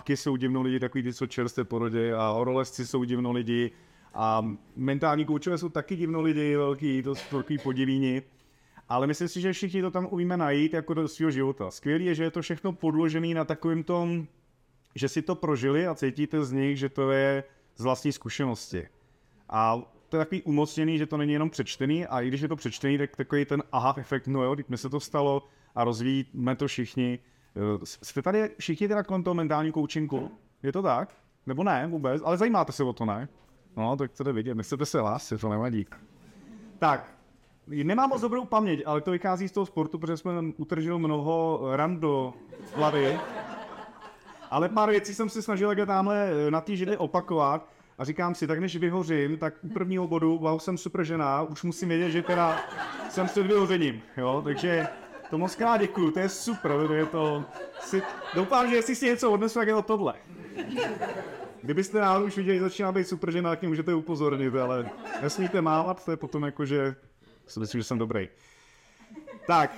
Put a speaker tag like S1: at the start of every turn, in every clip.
S1: matky jsou divnou lidi, takový ty, co čerstvě porodí, a horolezci jsou divnou lidi, a mentální koučové jsou taky divnou lidi, velký, to jsou takový podivíni. Ale myslím si, že všichni to tam umíme najít jako do svého života. Skvělý je, že je to všechno podložené na takovým tom, že si to prožili a cítíte z nich, že to je z vlastní zkušenosti. A to je takový umocněný, že to není jenom přečtený, a i když je to přečtený, tak takový ten aha efekt, no jo, když mi se to stalo a rozvíjíme to všichni. Jste tady všichni teda kolem toho mentální coachingu? Je to tak? Nebo ne vůbec? Ale zajímáte se o to, ne? No, tak chcete vidět, nechcete se hlásit, to nevadí. Tak, nemám moc dobrou paměť, ale to vychází z toho sportu, protože jsme utržili mnoho ran do hlavy. Ale pár věcí jsem se snažil takhle tamhle na té židli opakovat a říkám si, tak než vyhořím, tak u prvního bodu, wow, jsem super žena, už musím vědět, že teda jsem před vyhořením, jo, takže to moc krát děkuju, to je super, je to... Doufám, že jestli si něco odnesu, tak je to tohle. Kdybyste náhodou už viděli, že začíná být super žena, tak mě můžete upozornit, ale nesmíte mávat, to je potom jako, že si myslím, že jsem dobrý. Tak,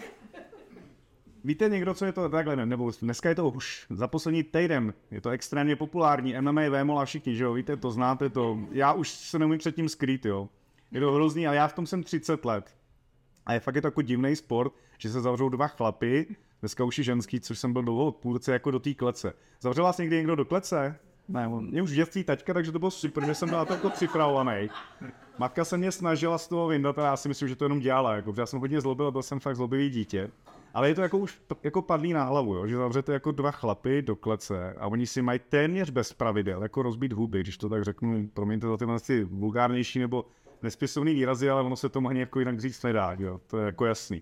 S1: víte někdo, co je to takhle, nebo dneska je to už za poslední týden, je to extrémně populární, MMA, VMOL a všichni, že jo, víte to, znáte to, já už se neumím předtím skrýt, jo. Je to hrozný, ale já v tom jsem 30 let. A je fakt je to jako divný sport, že se zavřou dva chlapy, dneska už je ženský, což jsem byl dlouho odpůrce, jako do té klece. Zavřel vás někdy někdo do klece? Ne, mě už dětství taťka, takže to bylo super, že jsem byl na to jako připravovaný. Matka se mě snažila z toho vyndat a já si myslím, že to jenom dělala, jako, protože já jsem hodně zlobil a byl jsem fakt zlobivý dítě. Ale je to jako už jako padlý na hlavu, jo, že zavřete jako dva chlapy do klece a oni si mají téměř bez pravidel jako rozbít huby, když to tak řeknu, promiňte za tyhle vulgárnější nebo nespisovný výrazy, ale ono se to ani jako jinak říct nedá, jo, to je jako jasný.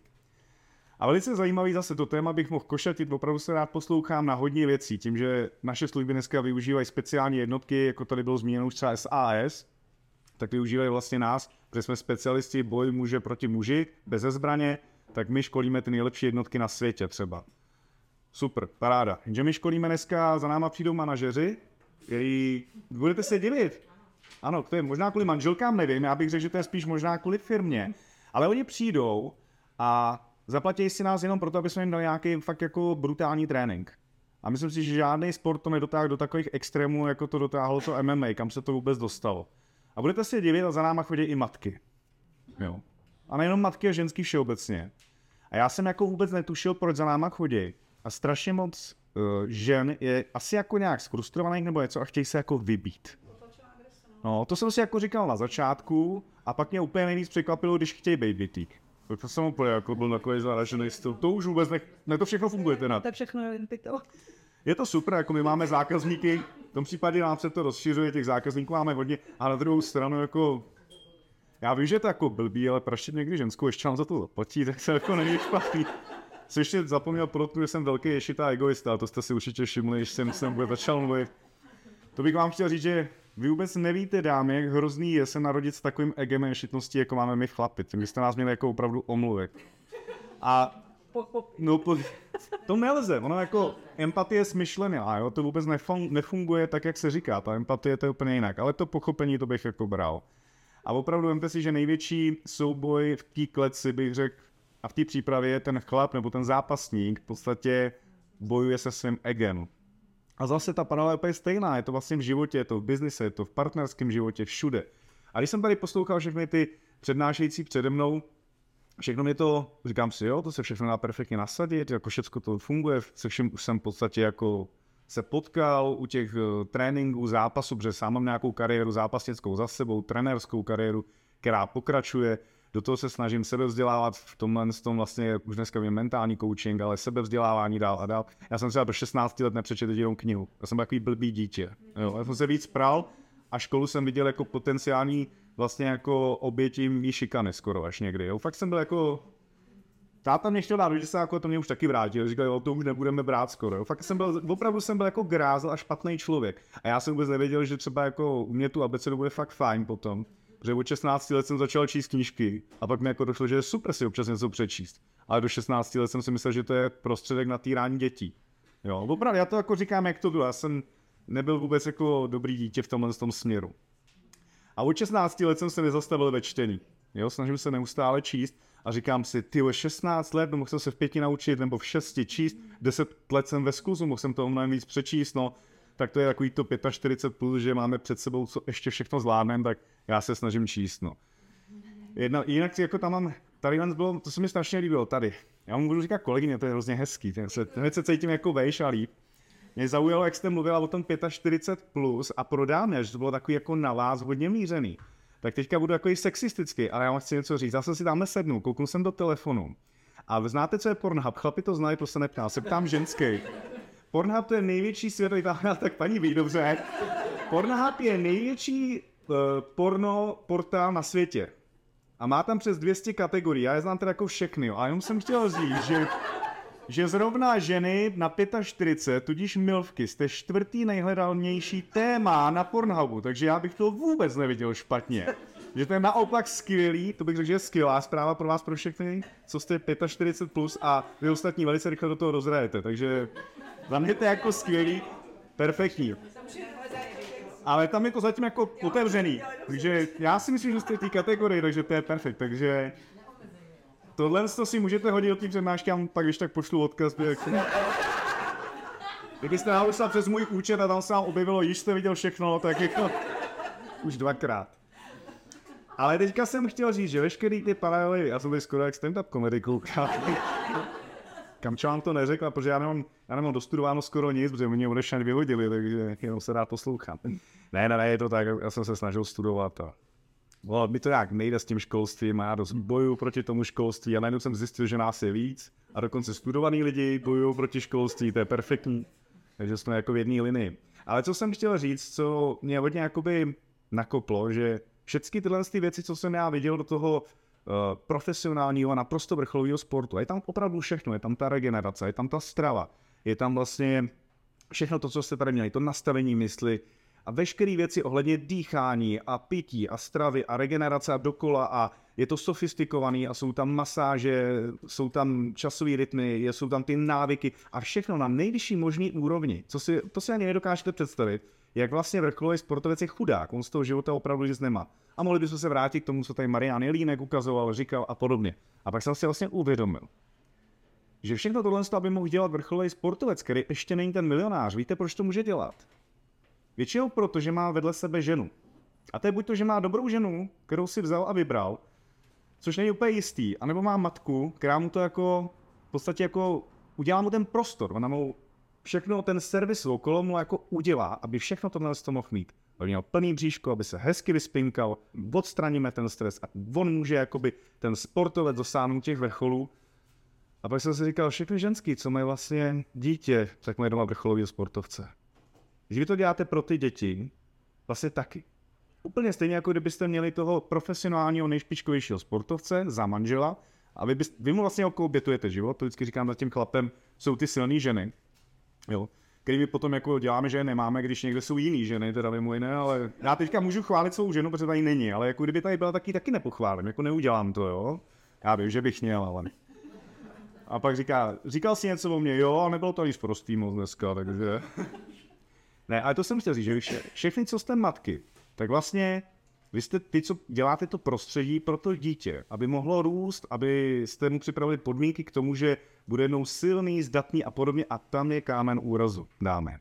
S1: A velice zajímavý zase to téma bych mohl košatit, opravdu se rád poslouchám na hodně věcí, tím, že naše služby dneska využívají speciální jednotky, jako tady bylo zmíněno už třeba SAS, tak využívají vlastně nás, protože jsme specialisti boj muže proti muži, bez zbraně, tak my školíme ty nejlepší jednotky na světě třeba. Super, paráda. Jenže my školíme dneska, za náma přijdou manažeři, který budete se divit. Ano, to je možná kvůli manželkám, nevím, já bych řekl, že to je spíš možná kvůli firmě, ale oni přijdou a zaplatí si nás jenom proto, aby jsme jim dali nějaký fakt jako brutální trénink. A myslím si, že žádný sport to nedotáhl do takových extrémů, jako to dotáhlo to MMA, kam se to vůbec dostalo. A budete se divit, a za náma chodí i matky. Jo. A nejenom matky a ženský všeobecně. A já jsem jako vůbec netušil, proč za náma chodí. A strašně moc žen je asi jako nějak zfrustrovaných nebo něco a chtějí se jako vybít. No, to jsem si jako říkal na začátku a pak mě úplně nejvíc překvapilo, když chtějí být bitý. To jsem úplně jako byl takový zaražený styl. To už vůbec ne, to všechno funguje teda.
S2: To všechno je to.
S1: Je to super, jako my máme zákazníky, v tom případě nám se to rozšiřuje, těch zákazníků máme hodně, a na druhou stranu jako, já vím, že to jako blbý, ale praštit někdy ženskou, ještě nám za to zaplatí, tak se jako není špatný. Jsem ještě zapomněl podotknout, že jsem velký ješitá egoista, to jste si určitě všimli, když jsem vůbec začal mluvit. To bych vám chtěl říct, že vy vůbec nevíte, dámy, jak hrozný je se narodit s takovým egem a ješitností, jako máme my chlapi. Tak byste nás měli jako opravdu omluvit. A no, to nelze, ono jako empatie je smyšlená, jo, to vůbec nefunguje tak, jak se říká, ta empatie to je úplně jinak, ale to pochopení to bych jako bral. A opravdu vemte si, že největší souboj v té kleci bych řekl, a v té přípravě je ten chlap nebo ten zápasník v podstatě bojuje se svým egem. A zase ta paralela je stejná, je to vlastně v životě, je to v biznise, je to v partnerském životě, všude. A když jsem tady poslouchal všechny ty přednášející přede mnou, všechno mi to, říkám si, jo, to se všechno dá perfektně nasadit, jako všechno to funguje, se všem už jsem v podstatě jako se potkal u těch tréninků, zápasů, protože sám mám nějakou kariéru zápasnickou za sebou, trenérskou kariéru, která pokračuje. Do toho se snažím sebevzdělávat v tomhle tom vlastně, už dneska vím mentální coaching, ale sebevzdělávání dál a dál. Já jsem třeba do 16 let nepřečetl jedinou knihu. Já jsem takový blbý dítě. Jo, já jsem se víc pral a školu jsem viděl jako potenciální vlastně jako obětí mý šikany skoro až někdy. Jo. Fakt jsem byl jako... Táta mě chtěl dát, že se jako to mě už taky vrátil, říkal, jo, to už nebudeme brát skoro. Jo. Fakt opravdu jsem byl jako grázel a špatný člověk. A já jsem vůbec nevěděl, že třeba jako u mě tu abecedu bude fakt fajn potom. Protože od 16 let jsem začal číst knížky a pak mi jako došlo, že je super si občas něco přečíst. Ale do 16 let jsem si myslel, že to je prostředek na týrání dětí. Jo, opravdu, já to jako říkám, jak to bylo. Já jsem nebyl vůbec jako dobrý dítě v tomhle tom směru. A od 16 let jsem se nezastavil ve čtení. Jo, snažím se neustále číst a říkám si, tyhle 16 let, no mohl jsem se v 5 naučit nebo v 6 číst, 10 let jsem ve skluzu, mohl jsem toho mnohem víc přečíst, no. tak to je takový to 45 plus, že máme před sebou, co ještě všechno zvládneme, tak já se snažím číst, no. Jinak jako tam mám, tady bylo, to se mi strašně líbilo, tady. Já mu budu říkat kolegyně, to je hrozně hezký, hned se cítím jako vejš a líp. Mě zaujalo, jak jste mluvila o tom 45 plus a prodáme, že to bylo takový jako na vás hodně mířený. Tak teďka budu takový sexistický, ale já vám chci něco říct. Já jsem si tamhle sednul, kouknul jsem do telefonu. A vy znáte, co je Pornhub? Chlapi to znají, prostě neptám. Se ptám ženský. Pornhub to je největší světový, tak paní ví dobře. Pornhub je největší porno portál na světě. A má tam přes 200 kategorií. Já je znám teda jako všechny. A jenom jsem chtěl říct, že zrovna ženy na 45, tudíž milfky, jste čtvrtý nejhledalnější téma na Pornhubu, takže já bych to vůbec neviděl špatně. Že to je naopak skvělý, to bych řekl, že je skvělá zpráva pro vás, pro všechny, co jste 45 plus a vy ostatní velice rychle do toho rozhrajete, takže za mě to je jako skvělý, perfektní. Ale tam je to zatím jako otevřený, takže já si myslím, že jste v té kategorii, takže to je perfekt, takže tohle si můžete hodit do té přednášky, já pak když tak pošlu odkaz. Kdybyste nahodil přes můj účet a tam se vám objevilo, již jste viděl všechno, tak jako už dvakrát. Ale teďka jsem chtěl říct, že veškerý ty paralely, já jsem tady skoro jak stand-up comedy koukal. Kamča vám to neřekla, protože já nemám dostudováno skoro nic, protože mě odešli vyhodili, takže jenom se rád poslouchám. Ne, je to tak, já jsem se snažil studovat a mi to nějak nejde s tím školstvím a já dost bojuju proti tomu školství a najednou jsem zjistil, že nás je víc a dokonce studovaný lidi bojují proti školství, to je perfektní, takže jsme jako v jedné linii. Ale co jsem chtěl říct, co mě hodně jakoby nakoplo, že všechny tyhle věci, co jsem já viděl do toho profesionálního a naprosto vrcholového sportu, je tam opravdu všechno, je tam ta regenerace, je tam ta strava, je tam vlastně všechno to, co jste tady měli, to nastavení mysli, a veškeré věci ohledně dýchání a pití a stravy a regenerace a dokola a je to sofistikovaný a jsou tam masáže, jsou tam časové rytmy, jsou tam ty návyky a všechno na nejvyšší možný úrovni. To si ani nedokážete představit, jak vlastně vrcholový sportovec je chudák, on z toho života opravdu nic nemá. A mohli bychom se vrátit k tomu, co tady Marián Jelínek ukazoval, říkal a podobně. A pak jsem si vlastně uvědomil, že všechno tohle, aby mohl dělat vrcholový sportovec, který ještě není ten milionář, víte, proč to může dělat? Většinou proto, že má vedle sebe ženu. A to je buď to, že má dobrou ženu, kterou si vzal a vybral, což není úplně jistý, anebo má matku, která mu to jako, v podstatě jako, udělá mu ten prostor, ona mu všechno, ten servis okolo mu jako udělá, aby všechno tohle to mohl mít. Aby měl plný bříško, aby se hezky vyspinkal, odstraníme ten stres a on může jakoby ten sportovec dosáhnout těch vrcholů. A pak jsem si říkal, všechny ženský, co mají vlastně dítě, tak mají doma vrcholového sportovce. Když vy to děláte pro ty děti, vlastně taky. Úplně stejně, jako kdybyste měli toho profesionálního nejšpičkovějšího sportovce za manžela a vy mu vlastně jako obětujete život, to vždycky říkám za tím chlapem, jsou ty silné ženy, jo, který my potom jako děláme, že je nemáme, když někde jsou jiný ženy, teda mimo jiné, ale já teďka můžu chválit svou ženu, protože tady není, ale jako kdyby tady byla, taky nepochválím, jako neudělám to, jo. Já vím, že bych měl, ale... A pak říkal jsi něco o mě, jo, a nebylo to ani prostý moc dneska, takže... Ne, ale to jsem chtěl říct, že všechny, co jste matky, tak vlastně vy jste ty, co děláte to prostředí pro to dítě, aby mohlo růst, abyste mu připravili podmínky k tomu, že bude jednou silný, zdatný a podobně a tam je kámen úrazu, dáme.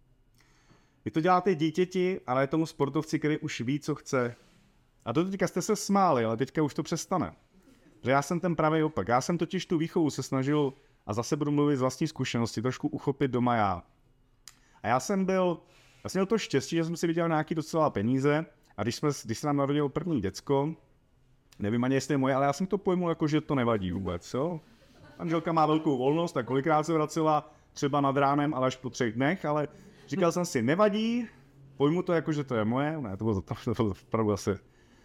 S1: Vy to děláte dítěti, ale je tomu sportovci, který už ví, co chce. A do teďka jste se smáli, ale teďka už to přestane. Že já jsem ten pravý opak. Já jsem totiž tu výchovu se snažil, a zase budu mluvit z vlastní zkušenosti, trošku uchopit doma já. A já jsem měl to štěstí, že jsem si viděl nějaký docela peníze a když se nám narodilo první děcko, nevím ani jestli je moje, ale já jsem to pojmul jako, že to nevadí vůbec, jo. Manželka má velkou volnost, tak kolikrát se vracela třeba nad ránem, ale až po 3 dnech, ale říkal jsem si, nevadí, pojmu to jako, že to je moje, ne, to bylo opravdu asi.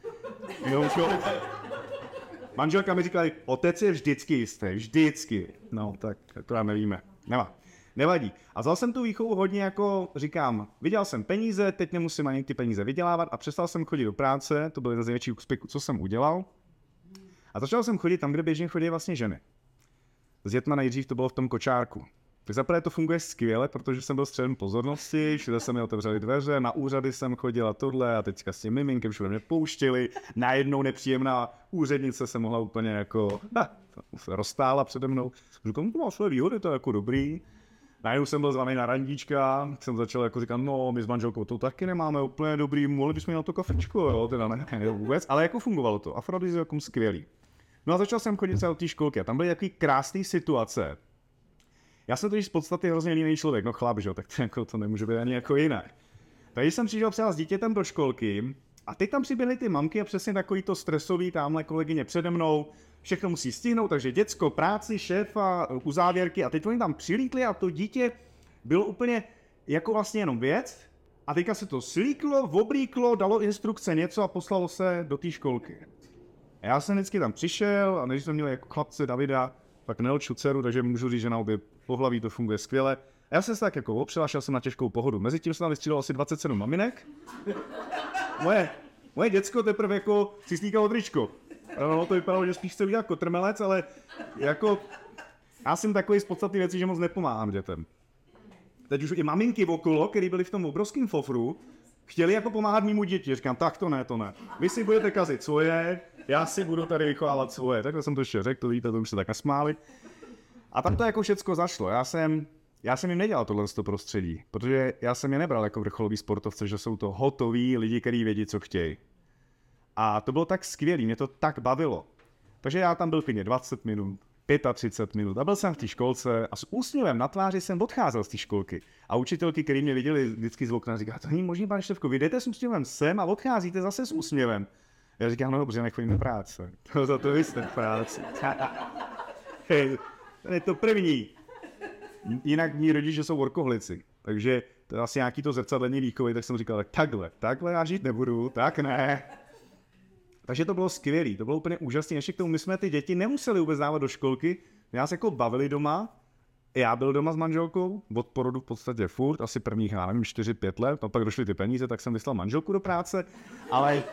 S1: Manželka mi říkala, otec je vždycky jistý, vždycky. No, tak to já nevíme. Nevadí. A vzal jsem tu výchovu hodně jako, říkám, viděl jsem peníze, teď nemusím ani ty peníze vydělávat a přestal jsem chodit do práce, to byl jeden z největších úspěchů, co jsem udělal. A začal jsem chodit tam, kde běžně chodí vlastně ženy. S dětma nejdřív to bylo v tom kočárku. Tak zaprvé to funguje skvěle, protože jsem byl středem pozornosti, všude se mi otevřely dveře, na úřady jsem chodil a tohle a teďka s tím miminkem všude mě pouštěli, najednou nepříjemná úřednice se mohla úplně jako, roztála přede mnou. Říkám, to má své výhody, to je jako dobrý. Najednou jsem byl zvaný na randíčka, jsem začal jako říkat, no my s manželkou to taky nemáme úplně dobrý, mohli bychom jít na to kafečko, jo, teda ne vůbec, ale jako fungovalo to, afrodiziakum skvělý. No a začal jsem chodit do té školky a tam byly takový krásné situace. Já jsem totiž z podstaty hrozně líný člověk, no chlap, že? Tak to, jako, to nemůže být ani jako jinak. Takže jsem přišel třeba s dítětem do školky a teď tam přiběhly ty mamky a přesně takový to stresový, tamhle kolegyně přede mnou, všechno musí stihnout, takže děcko, práci, šéfa, uzávěrky a teď oni tam přilítli a to dítě bylo úplně jako vlastně jenom věc a teďka se to slíklo, oblíklo, dalo instrukce něco a poslalo se do té školky. A já jsem vždycky tam přišel a než jsem měl jako chlapce Davida, pak nelču dceru, takže můžu říct, že na obě pohlaví to funguje skvěle. A já jsem se tak jako opřel a šel jsem na těžkou pohodu. Mezitím jsem tam vystřídal asi 27 maminek. Moje děcko teprve jako si slíkalo tričko. No, to vypadalo, že spíš chce být jako trmelec, ale jako já jsem takový z podstaty věcí, že moc nepomáhám dětem. Teď už i maminky okolo, který byli v tom obrovském fofru, chtěli jako pomáhat mému děti. Říkám, tak to ne. Vy si budete kazit svoje, já si budu tady vychovávat svoje. Takhle jsem to ještě řekl, to víte, to už se tak nasmáli. A tam to jako všecko zašlo. Já jsem jim nedělal tohle prostředí, protože já jsem je nebral jako vrcholový sportovce, že jsou to hotoví lidi, kteří vědí, co chtějí. A to bylo tak skvělé, mě to tak bavilo. Takže já tam byl klidně 20 minut, 35 minut a byl jsem v té školce a s úsměvem na tváři jsem odcházel z té školky. A učitelky, který mě viděli vždycky z okna, říkají, to není možný, pane Štefko, vy jdete s úsměvem sem a odcházíte zase s úsměvem. Já říkám, no dobře, nechodím do práce. To za to vy jste v práci. Hej, to je to první. Jinak mý rodiče jsou workoholici, takže to je asi nějaký to zrcadlení výchovy, tak jsem říkal, takhle já žít nebudu, tak ne. Takže to bylo skvělý, to bylo úplně úžasné. Ještě k tomu my jsme ty děti nemuseli vůbec dávat do školky, nás jako bavili doma. Já byl doma s manželkou, od porodu v podstatě furt, asi prvních, já nevím, 4-5 let, no pak došly ty peníze, tak jsem vyslal manželku do práce, ale...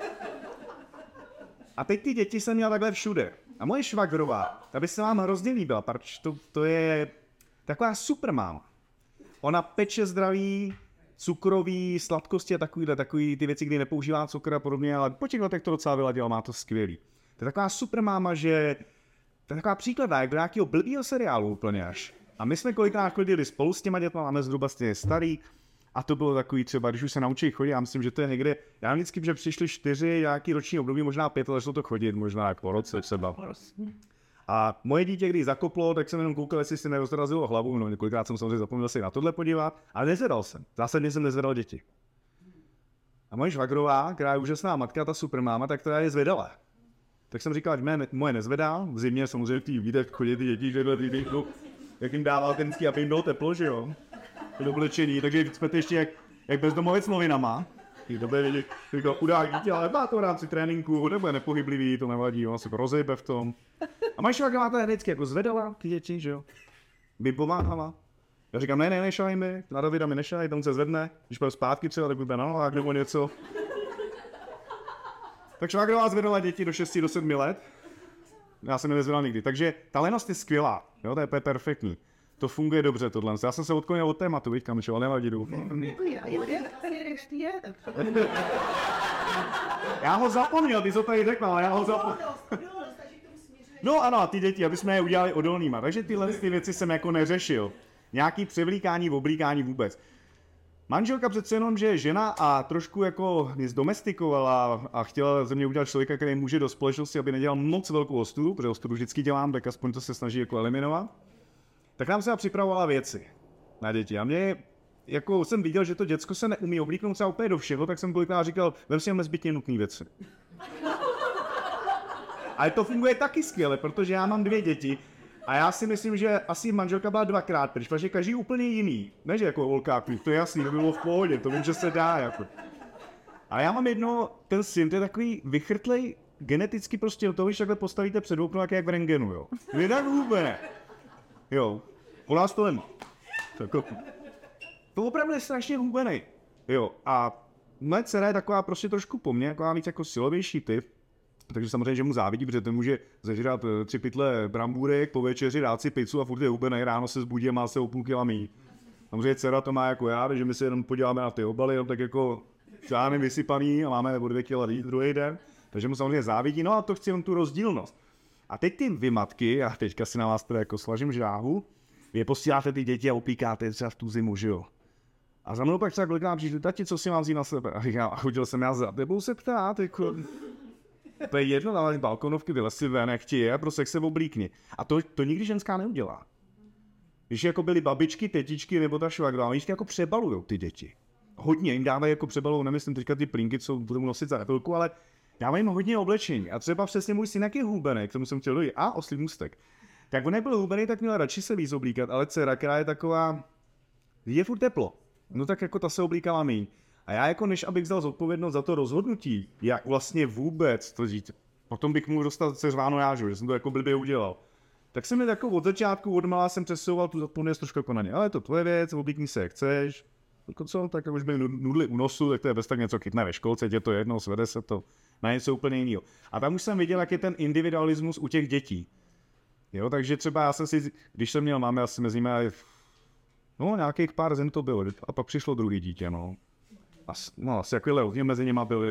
S1: A teď ty děti jsem měl takhle všude. A moje švagrová, ta by se vám hrozně líbila, protože to je taková super máma. Ona peče zdraví, cukrový, sladkosti a takový ty věci, kdy nepoužívá cukr a podobně, ale po těch letech to docela vyladila, má to skvělý. To je taková super máma, že to je taková příkladná, jak do nějakého blbýho seriálu úplně až. A my jsme kolikrát chodili spolu s těma dětma, máme zhruba stejně starý, a to bylo takový třeba, když už se naučí chodit, já myslím, že to je někde, já vždycky, že přišli 4 nějaký roční období, možná 5, ale šlo to chodit, možná jak po roce třeba. A moje dítě, když zakoplo, tak jsem jenom koukal, jestli si nerozrazilo hlavu, no několikrát jsem samozřejmě zapomněl se na tohle podívat, ale nezvedal jsem, zásadně jsem nezvedal děti. A moje švagrová, která je úžasná matka, ta supermáma, tak to je zvedala. Tak jsem říkal, ať moje nezvedá, v zimě samozřejmě v té výdech chodí ty děti, že jak jim dával ten ský, aby jim bylo teplo, že jo, do oblečení, takže jsme ještě jak bezdomovec s novinama. Dobře vědět, říkal, chudák dítě, ale má to v rámci tréninku, nebo je nepohyblivý, to nevadí, on se rozejbe v tom. A moje švagrová vždycky jako zvedala ty děti, že jo, by pomáhala. Já říkám, ne, nešahaj mi, na Davida mi nešahaj, tam se zvedne, když půjde zpátky třeba, tak bude na nohách nebo něco. Tak švagrová zvedala děti do 6 do 7 let, já jsem je nezvedal nikdy, takže ta lenost je skvělá, jo, to je perfektní. To funguje dobře tohle. Já jsem se odklonil od tématu, víš, kam šel, ale nevadí, jdu. Já ho zapomněl, ty jsi to tady řekl, ale já ho zapomněl. No ano, ty děti, aby jsme je udělali odolnýma. Takže tyhle věci jsem jako neřešil. Nějaký převlíkání, oblíkání vůbec. Manželka přece jenom, že je žena a trošku jako mě zdomestikovala a chtěla ze mě udělat člověka, který může do společnosti, aby nedělal moc velkou ostudu, protože ostudu vždycky dělám, tak aspoň to se snaží jako eliminovat. Tak nám se připravovala věci na děti. A mě, jako jsem viděl, že to děcko se neumí oblíknout třeba úplně do všeho, tak jsem kolikrát říkal, vem si jen nezbytně nutné věci. Ale to funguje taky skvěle, protože já mám 2 děti a já si myslím, že asi manželka byla 2krát pryč, protože každý úplně jiný. Ne, že jako holkáky, to je jasný, to bylo v pohodě, to vím, že se dá. Jako. A já mám ten syn, to je takový vychrtlej, geneticky prostě od toho, když takhle postavíte před okno, jak v rentgenu, jo. Je tak úplně. Jo, u nás to nemá. To opravdu je strašně hubenej. Jo, a moje dcera je taková prostě trošku po mně, taková víc jako silovější typ. Takže samozřejmě, že mu závidí, protože ten může zežrat 3 pytle brambůrek, po večeři dát si pizzu a furt je hubenej, ráno se zbudí a má se o půl kila míň. Samozřejmě dcera to má jako já, takže my se jenom podíváme na ty obaly, jenom tak jako žádný vysypaný a máme o 2 kila druhý den. Takže mu samozřejmě závidí, no a to chci jenom tu rozdílnost. A teď ty vy matky, a teďka si na vás teda jako slažím žáhu, vy posíláte ty děti a oplíkáte třeba v tu zimu, že jo. A za mnou pak třeba kolikrát přijde, tati, co si mám vzít na sebe? A říkám, a chodil jsem já za tebou se ptát, jako... To je jedno, ale balkonovky vylez si ven, jak ti je, prostě jak se oblíkni. A to nikdy ženská neudělá. Když jako byly babičky, tetičky nebo ta švagra, oni jako přebalujou ty děti. Hodně jim dávají jako přebalou, nemyslím teďka ty plínky, co budou nosit za chvilku, ale dávají jim hodně oblečení. A třeba přesně můj syn, jak je hubený, k tomu jsem chtěl dojít, a oslý můstek. Tak on nebyl hubený, tak měl radši se víc oblíkat, ale dcera, která je taková, je furt teplo. No tak jako ta se oblíkala míň. A já jako než abych vzal zodpovědnost za to rozhodnutí, jak vlastně vůbec to dítě, potom bych mu dostal seřváno já, že jsem to jako blbě udělal. Tak jsem mi jako od začátku, od malá jsem přesouval tu zodpovědnost trošku jako na ně. Ale je to tvoje věc, oblíkni se jak chceš. Jako co, tak už by nudli u nosu, tak to je bez tak něco chytne ve školce, je to jedno, svede se to na něco úplně jiného. A tam už jsem viděl, jak je ten individualismus u těch dětí. Jo, takže třeba já jsem si, když jsem měl máme asi mezi nimi, no nějakých pár zem to bylo, a pak přišlo druhý dítě, no. Asi jako hodně mezi nimi byly.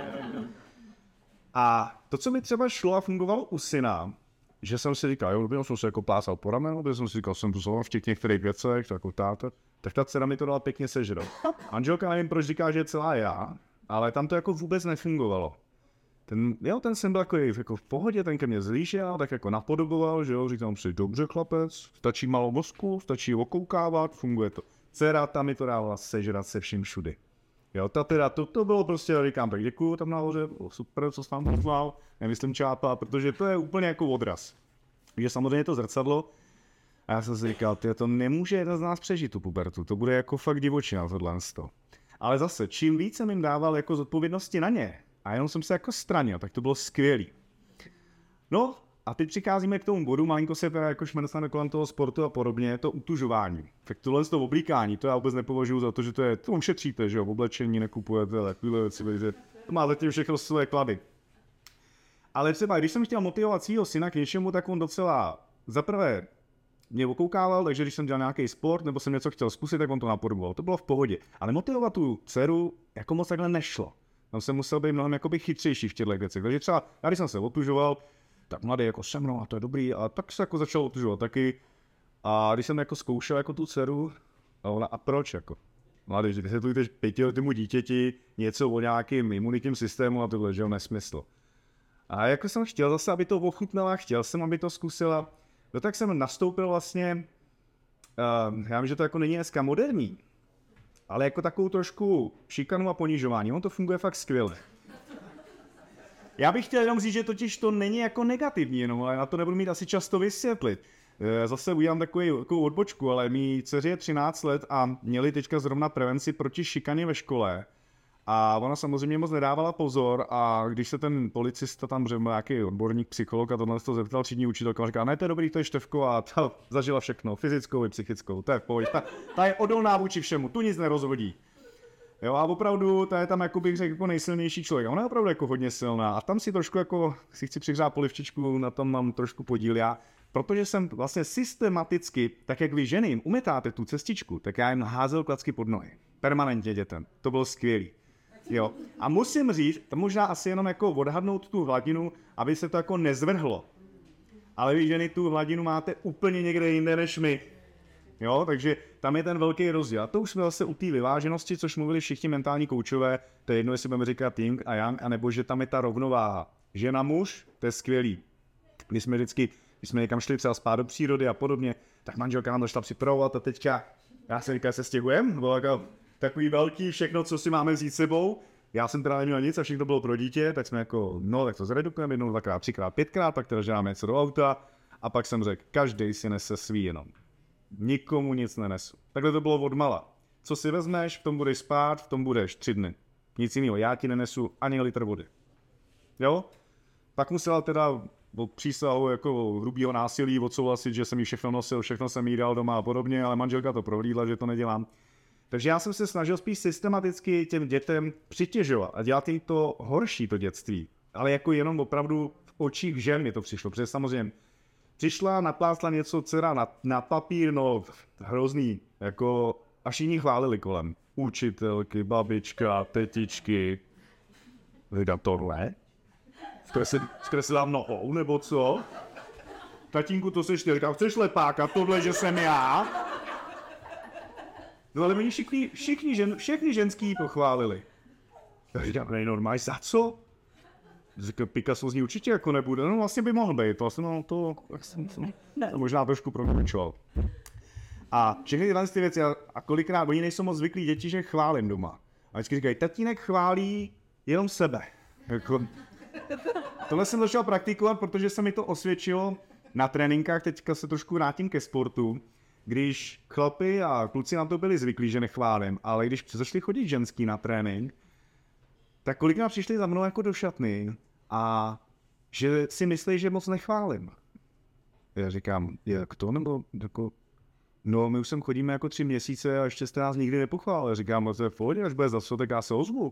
S1: A to, co mi třeba šlo a fungovalo u syna, že jsem si říkal, jo, jsem se jako plásal po ramenu, protože jsem si říkal, jsem tu v těch některých věcech, to jako táta, tak ta dcera mi to dala pěkně sežrat. Manželka nevím, proč říká, že je celá já, ale tam to jako vůbec nefungovalo. Ten jsem byl jako v pohodě, ten ke mně zlížel, tak jako napodoboval, že jo, říkám si, dobře chlapec, stačí malo mozku, stačí okoukávat, funguje to. Dcera tam mi to dávala sežrat se vším všudy. Jo, to bylo prostě, říkám, tak děkuju tam nahoře, bylo super, co jsi tam poslal, nemyslím čápa, protože to je úplně jako odraz. Takže samozřejmě to zrcadlo, a já jsem si říkal, to nemůže jeden z nás přežít tu pubertu, to bude jako fakt divočina tohle. Ale zase, čím víc jsem jim dával jako zodpovědnosti na ně, a jenom jsem se jako stranil, tak to bylo skvělý. No, a teď přicházíme k tomu bodu, malinko se teda jako šmrcneme kolem toho sportu a podobně, to utužování. Tak tohle z toho oblíkání, to já vůbec nepovažuji za to, že to je, to šetříte, že jo, v oblečení nekupujete, takové věci, že to má zatím všechno své klady. Ale třeba, když jsem chtěl motivovat svýho syna k něčemu, tak on docela, zaprvé mě okoukával, takže když jsem dělal nějaký sport, nebo jsem něco chtěl zkusit, tak on to napodoboval, to bylo v pohodě. Ale motivovat tu dceru jako moc takhle nešlo. Tam jsem musel být mnohem jakoby chytřejší v těchto věcech, takže třeba, já když jsem se otužoval, tak mladý jako se mnou a to je dobrý a tak se jako začal otužovat taky. A když jsem jako zkoušel jako tu dceru, a ona, a proč jako? Mladý, že vysvětlujete 5letému dítěti něco o nějakým imunitním systému a tohle, že jo, nesmysl. A jako jsem chtěl zase, aby to ochutnala, chtěl jsem, aby to zkusila, no tak jsem nastoupil vlastně, já vím, že to jako není dneska moderní, ale jako takovou trošku šikanu a ponižování, on to funguje fakt skvěle. Já bych chtěl jenom říct, že totiž to není jako negativní jenom, ale na to nebudu mít asi často vysvětlit. Zase udělám takovou odbočku, ale mý dceři je 13 let a měli teďka zrovna prevenci proti šikaně ve škole. A ona samozřejmě moc nedávala pozor a když se ten policista tam, že nějaký odborník, psycholog a tohle to zeptal třídní učitelka, říká, ne, to je dobrý, to je Štefko a ta zažila všechno, fyzickou i psychickou, to je v pohodě, ta je odolná vůči všemu, tu nic nerozhodí. Jo, a opravdu, ta je tam, jako bych řekl, jako nejsilnější člověk. A ona je opravdu jako hodně silná. A tam si trošku jako, si chci přihřát polivčičku, na tom mám trošku podíl já. Protože jsem vlastně systematicky, tak jak vy ženy jim umetáte tu cestičku, tak já jim házel klacky pod nohy. Permanentně dětem. To bylo skvělý. Jo. A musím říct, to možná asi jenom jako odhadnout tu hladinu, aby se to jako nezvrhlo. Ale vy ženy tu hladinu máte úplně někde jinde než my. Jo, takže tam je ten velký rozdíl. A to už jsme zase u té vyváženosti, což mluvili všichni mentální koučové, to je jedno, jestli budeme říkat Yin a Yang, anebo že tam je ta rovnováha. Žena muž, to je skvělý. My jsme vždycky, když jsme někam šli třeba spát do přírody a podobně, tak manželka nám došla připravovat a teďka, já jsem říkal, se stěhujeme, bylo jako takový velký všechno, co si máme vzít sebou. Já jsem teda neměl nic a všechno bylo pro dítě, tak jsme jako, no tak to zredukujeme jednou, dvakrát, třikrát, pětkrát, pak teda dáme něco do auta a pak jsem řekl, každý si nese svý jenom. Nikomu nic nenesu. Takhle to bylo odmala. Co si vezmeš, v tom budeš spát, v tom budeš 3 dny. Nic jiného, já ti nenesu ani litr vody. Jo? Pak musela teda od přísahu jako hrubýho násilí odsouhlasit, že jsem jí všechno nosil, všechno jsem jí dal doma a podobně, ale manželka to prohlídla, že to nedělám. Takže já jsem se snažil spíš systematicky těm dětem přitěžovat a dělat jim to horší, to dětství. Ale jako jenom opravdu v očích žen mi to přišlo, protože samozřejmě přišla, naplásla něco dcera na papír, no hrozný, jako až jiní chválili kolem. Učitelky, babička, tetičky. Říkám, tohle? Zkreslila nohou, nebo co? tatínku, to seš ty. Říkám, chceš lepáka, tohle, že jsem já? No ale oni všechny ženský pochválili. Já říkám, normálně, za co? Říkám, Picasso z ní určitě jako nebude, no vlastně by mohl být, vlastně no to možná trošku promlčoval. A všechny tyhle ty věci, a kolikrát, oni nejsou moc zvyklí děti, že chválím doma. A vždycky říkají, tatínek chválí jenom sebe. Jako, tohle jsem začal praktikovat, protože se mi to osvědčilo na tréninkách, teďka se trošku vrátím ke sportu, když chlapi a kluci na to byli zvyklí, že nechválím, ale když začali chodit ženský na trénink, tak kolikrát přišli za mnou jako do šatny a že si myslí, že moc nechválím. Já říkám, jak to, nebo jako, no my už sem chodíme jako 3 měsíce a ještě jste nás nikdy nepochválili. Říkám, no to je v pohodě, až bude zase, tak já se ozvu.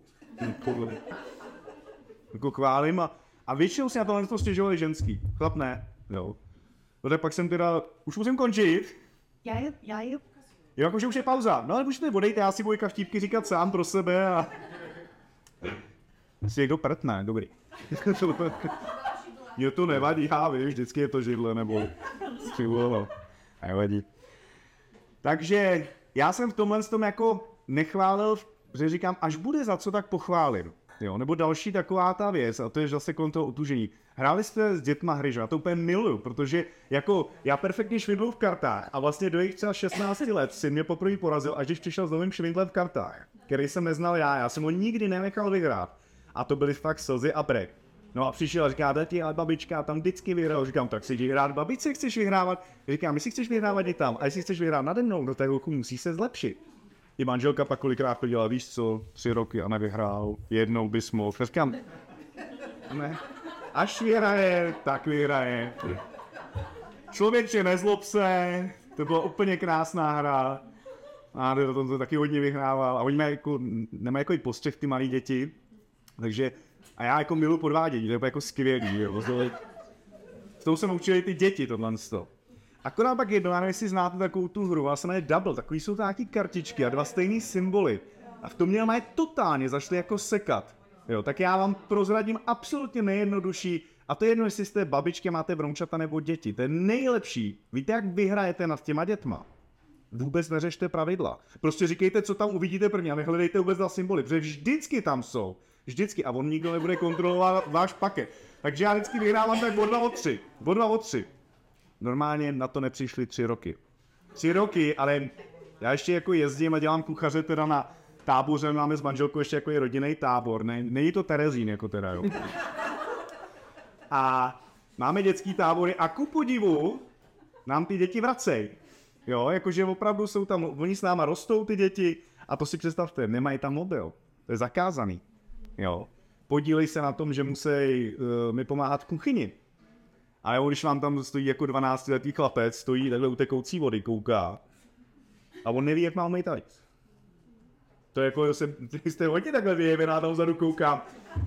S1: Jako chválím a většinou si na to stěžovali ženský, chlap ne, jo. No tak pak jsem teda, už musím končit.
S2: Já jdu.
S1: Jo, jakože už je pauza. No ale můžete odejít, já si budu vtípky říkat sám pro sebe a... Si někdo prtne, dobrý. Mně to nevadí, já víš, vždycky je to židle, nebo... Nevadí. Takže já jsem v tomhle tom jako nechválil, že říkám, až bude za co, tak pochválím. Jo, nebo další taková ta věc, a to je zase kolem toho otužení. Hráli jste s dětma hry, že? Já to úplně miluju, protože jako já perfektně švindlu v kartách a vlastně do jejich třeba 16 let si mě poprvé porazil, až když přišel s novým švindlem v kartách, který jsem neznal já jsem ho nikdy nenechal vyhrát. A to byly fakt slzy a brek. No a přišel a říká, tati, ale babička tam vždycky vyhrál. Říkám, tak si jdi hrát babičce, chceš vyhrávat? Říkám, jestli chceš vyhrávat, jdi tam. A jestli chceš vyhrát nade mnou, no tak musí se zlepšit. I manželka pak kolikrát chodila, víš co, 3 roky a nevyhrál, jednou bys mohl. Říkám, ne, až vyhraje, tak vyhraje. Člověče, nezlob se, to byla úplně krásná hra. A to taky hodně vyhrával. A oni nemají jako postřeh ty malí děti, takže a já jako miluji podvádění, to je jako skvělý, jo. S tou jsem učili ty děti tohle. Akorát pak jedno, já nevím, jestli znáte takovou tu hru, se jmenuje Double, takový jsou taky kartičky a 2 stejný symboly. A v tom mě mají totálně začali jako sekat. Jo, tak já vám prozradím absolutně nejjednodušší, a to je jedno, jestli jste babičky, máte vnoučata nebo děti, to je nejlepší. Víte, jak vyhrajete nad těma dětma? Vůbec neřešte pravidla. Prostě říkejte, co tam uvidíte první a nehledejte vůbec na symboly, protože vždycky tam jsou. Vždycky. A on nikdo nebude kontrolovat váš paket. Takže já vždycky vyhrávám tak o 2 o 3. Normálně na to nepřišli 3 roky. 3 roky, ale já ještě jako jezdím a dělám kuchaře teda na táboře, máme s manželkou ještě jako rodinný tábor, není to Terezín jako teda, jo. A máme dětský tábory a ku podivu nám ty děti vracejí. Jo, jakože opravdu jsou tam, oni s náma rostou ty děti a to si představte, nemají tam mobil, to je zakázaný. Jo. Podílej se na tom, že musí mi pomáhat v kuchyni. A když vám tam stojí jako 12letý chlapec, stojí takhle u tekoucí vody, kouká a on neví, jak má umýt talíř. To je jako, jste hodně takhle vyjevená, tam vzadu koukám.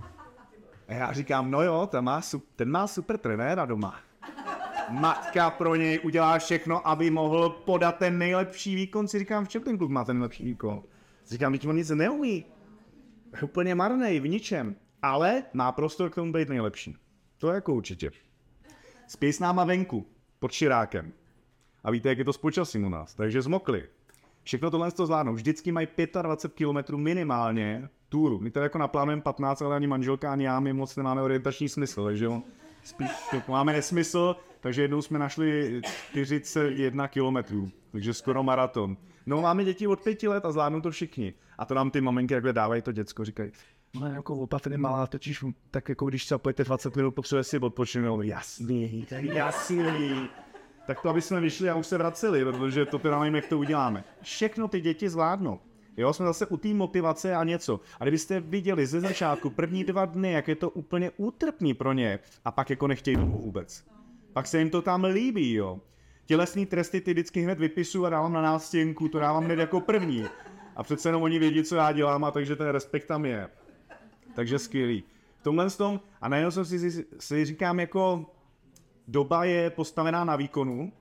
S1: A já říkám, no jo, ten má super trenéra doma. Matka pro něj udělá všechno, aby mohl podat ten nejlepší výkon. Si říkám, v čem ten kluk má ten nejlepší výkon? Říkám, teď on nic neumí. Je úplně marnej v ničem, ale má prostor k tomu být nejlepší. To je jako určitě. Spí s náma venku, pod širákem. A víte, jak je to s počasím u nás, takže zmokli. Všechno tohle to zvládnou. Vždycky mají 25 km minimálně túru. My tady jako naplánujeme 15, ale ani manželka, ani já, my moc nemáme orientační smysl, takže jo. Spíš máme nesmysl, takže jednou jsme našli 41 kilometrů, takže skoro maraton. No máme děti od 5 let a zvládnou to všichni. A to nám ty maminky takhle dávají to děcko, říkají, no jako opatrně malá, totiž tak jako když třeba pojďte 20 minut, potřebuje si odpočinout. Jasný. Tak to, aby jsme vyšli a už se vraceli, protože to teda nevím, jak to uděláme. Všechno ty děti zvládnou. Jo, jsme zase u té motivace a něco. A kdybyste viděli ze začátku první 2 dny, jak je to úplně útrpný pro ně, a pak jako nechtějí domů vůbec. Pak se jim to tam líbí, jo. Tělesný tresty ty vždycky hned vypisuju a dávám na nástěnku, to dávám hned jako první. A přece jenom oni vědí, co já dělám, a takže ten respekt tam je. Takže skvělý. V tomhle tom, a najednou jsem si říkám, jako doba je postavená na výkonu,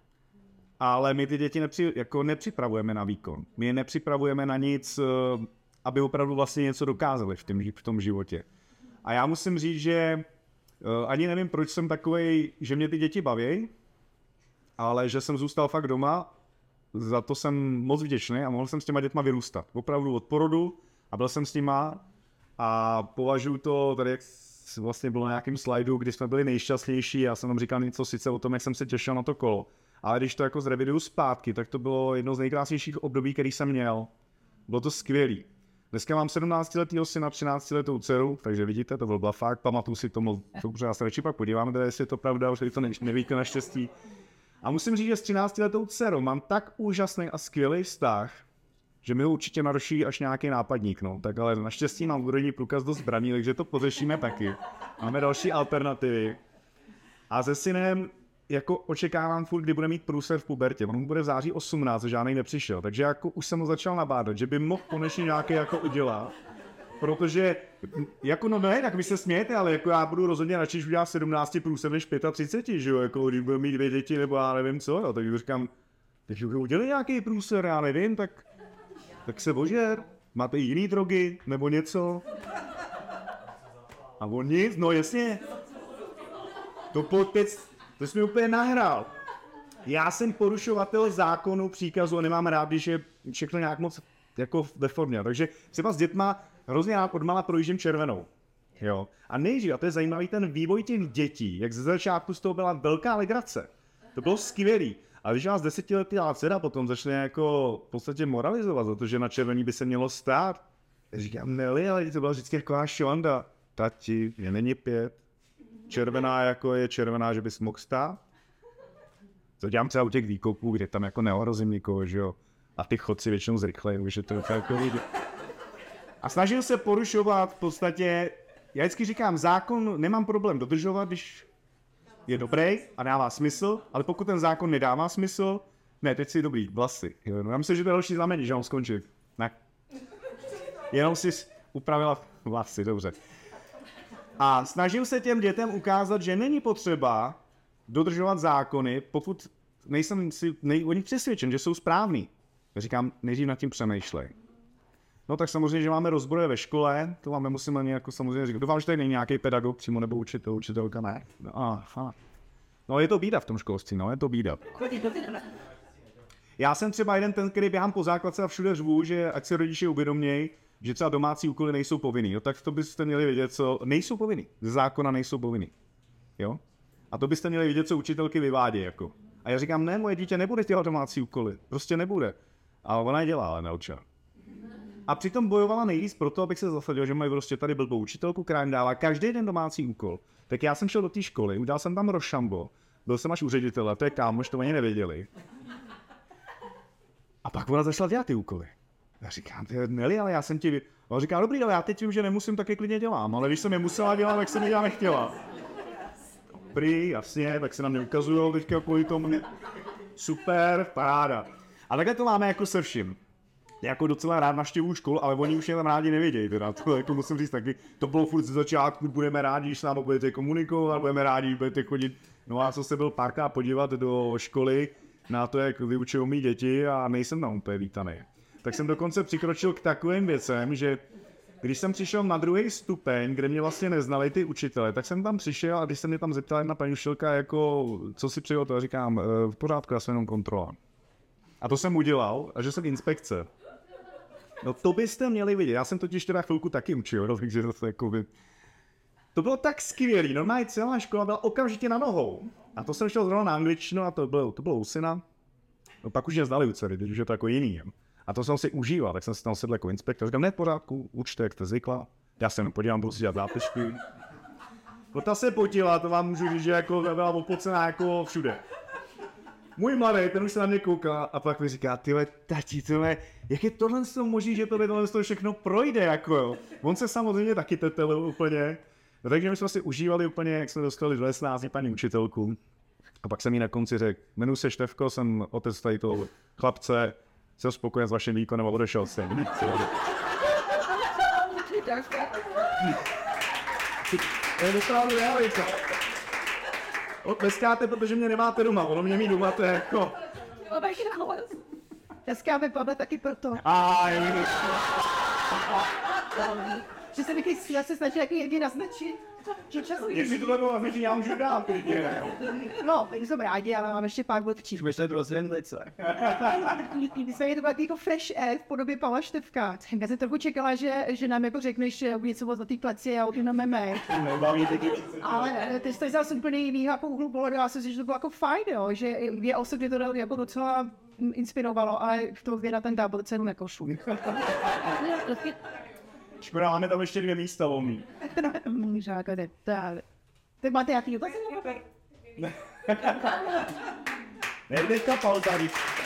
S1: ale my ty děti nepřipravujeme na výkon. My je nepřipravujeme na nic, aby opravdu vlastně něco dokázali v tom životě. A já musím říct, že Ani nevím, proč jsem takovej, že mě ty děti baví, ale že jsem zůstal fakt doma, za to jsem moc vděčný a mohl jsem s těma dětma vyrůstat. Opravdu od porodu a byl jsem s nima a považuji to, tady jak vlastně bylo na nějakém slajdu, kdy jsme byli nejšťastnější, já jsem vám říkal něco sice o tom, jak jsem se těšil na to kolo, ale když to jako zreviduju zpátky, tak to bylo jedno z nejkrásnějších období, který jsem měl. Bylo to skvělý. Dneska mám 17letýho syna, 13letou dceru, takže vidíte, to byl blafák, pamatuju si to moc dobře, já se radši pak podívám, teda, jestli je to pravda, už to nevíte naštěstí. A musím říct, že s 13letou dcerou mám tak úžasný a skvělý vztah, že mi ho určitě naruší až nějaký nápadník, no. Tak ale naštěstí mám úrodní průkaz do zbraní, takže to pořešíme taky. Máme další alternativy. A se synem jako očekávám furt, kdy bude mít průser v pubertě. On bude v září 18, žádnej nepřišel. Takže jako už jsem ho začal nabádat, že by mohl konečně nějaký jako udělat. Protože, jako no ne, tak vy se smějete, ale jako já budu rozhodně radši, že udělám 17 průser než 35, že jo, jako když budu mít 2 děti, nebo já nevím co, jo, tak říkám, takže udělej nějaký průser, já nevím, tak se ožer, máte jiný drogy, nebo něco. A on nic, no jasně. To jsi mi úplně nahrál. Já jsem porušovatel zákonu, příkazu a nemám rád, když je všechno nějak moc jako ve formě. Takže třeba s dětma hrozně rád odmala projíždím červenou. Jo. A nejdřív, a to je zajímavý ten vývoj těch dětí, jak ze začátku z toho byla velká legrace. To bylo skvělý. A když vás 10letá dcera potom začne jako v podstatě moralizovat za to, že na červený by se mělo stát. Já říkám, Nelly, ale to byla vždycky taková švanda. Tati, mě není 5. Červená jako je červená, že bys mohl stát. To dělám třeba u těch výkopů, kde tam jako neohrozím nikoho, že jo. A ty chodci většinou zrychlejí, že to je jako lidi. A snažil se porušovat v podstatě, já vždycky říkám, zákon nemám problém dodržovat, když je dobrý a dává smysl, ale pokud ten zákon nedává smysl, ne, teď si dobrý, vlasy. Jo, no já myslím, že to je další znamení, že mám skončit. Ne. Jenom si upravila vlasy, dobře. A snažil se těm dětem ukázat, že není potřeba dodržovat zákony, pokud nejsem si o nich přesvědčen, že jsou správný. Já říkám, nejdřív nad tím přemýšlej. No tak samozřejmě, že máme rozbroje ve škole, to vám nemusím ani jako samozřejmě říkat. Doufám, že tady není nějaký pedagog přímo nebo učitelka, ne. No je to bída v tom školství, no je to bída. Já jsem třeba jeden ten, který běhám po základce a všude řvu, že ať si rodiče uvědomějí, že třeba domácí úkoly nejsou povinný. Jo, tak to byste měli vědět, co nejsou povinný. Ze zákona nejsou povinný. Jo? A to byste měli vědět, co učitelky vyvádějí. Jako. A já říkám, ne, moje dítě nebude dělat domácí úkoly. Prostě nebude. A ona je dělá, ale naučila. A přitom bojovala nejvíc proto, abych se zasadil, že mají prostě tady blbou učitelku, která jim dává každý den domácí úkol. Tak já jsem šel do té školy, udělal jsem tam rošambo, byl jsem až u ředitele, to je kámoš, to oni nevěděli. A pak ona začala dělat ty úkoly. Já říkám, Nelly, ale já jsem ti... On říká, dobrý, ale já teď vím, že nemusím, tak je klidně dělám, ale když jsem je musela dělat, tak jsem je dělat nechtěla. Dobrý, jasně, tak se nám neukazujou teďka kvůli tomu. Super, paráda. A takhle to máme jako se vším. Jako docela rád navštěvuju školu, ale oni už je tam rádi nevědějí, teda to jako musím říct taky. To bylo furt ze začátku, budeme rádi, když s námi budete komunikovat, budeme rádi, když budete chodit. No a co se byl párkrát podívat do školy na to, jak vyučují mý děti a nejsem tam úplně vítaný. Tak jsem dokonce přikročil k takovým věcem, že když jsem přišel na druhý stupeň, kde mě vlastně neznali ty učitele, tak jsem tam přišel a když se mě tam zeptala jedna paní učitelka, jako, co si přijel, to já říkám, v pořádku, já jsem jenom kontrola. A to jsem udělal, a že jsem inspekce. No to byste měli vidět, já jsem totiž teda chvilku taky učil, takže to jako by... To bylo tak skvělý, normálně celá škola byla okamžitě na nohou. A to jsem šel zrovna na angličtinu a to bylo u syna. No pak už mě znali u dcery, teď už je to jako jiný. A to jsem si užíval, tak jsem si tam sedl jako inspektor. Říkám, ne, v pořádku, učte, jak jste zvykla. Já se podívám, budu si dělat zápisky. No ta se potila, to vám můžu říct, že jako byla opocená jako všude. Můj mladý, ten už se na mě kouká a pak mi říká, tyhle, tati, tyhle, jak je tohle možný, že tohle všechno projde, jako jo. On se samozřejmě taky tetelil úplně. No, takže my jsme si užívali úplně, jak jsme dostali do lesnázni paní učitelku. A pak jsem jí na konci řekl, jmenuji se Štefko, jsem otec tady toho chlapce, jsem spokojen s vaším výkonem a odešel jsem. Tleskáte, protože mě nemáte doma, ono mě mít doma, to je jako...
S2: Tleskáme Pavle taky proto. Že se mi se snaží jaký naznačit.
S1: Jestli tohle bylo na já můžu dát.
S2: No, tak jsem rádi, ale mám ještě pár bod číst.
S3: Myšlet rozvědlice.
S2: Nicméně to bylo jako fresh air v podobě Pavla Štefka. Já jsem trochu čekala, že nám jako řekneš něco o zlatý kleci a o tom meme. Ale ty jsi zase úplně jiný jako úhlu pohledu, já si myslím, že to bylo jako fajn, jo, že mě osobně to jako docela inspirovalo, ale v tom na ten tábor cenu nekošlu.
S1: Škoda, máme tam ještě 2 místa volný.
S2: Ty máte jaký?
S1: Ne, teďka pauza,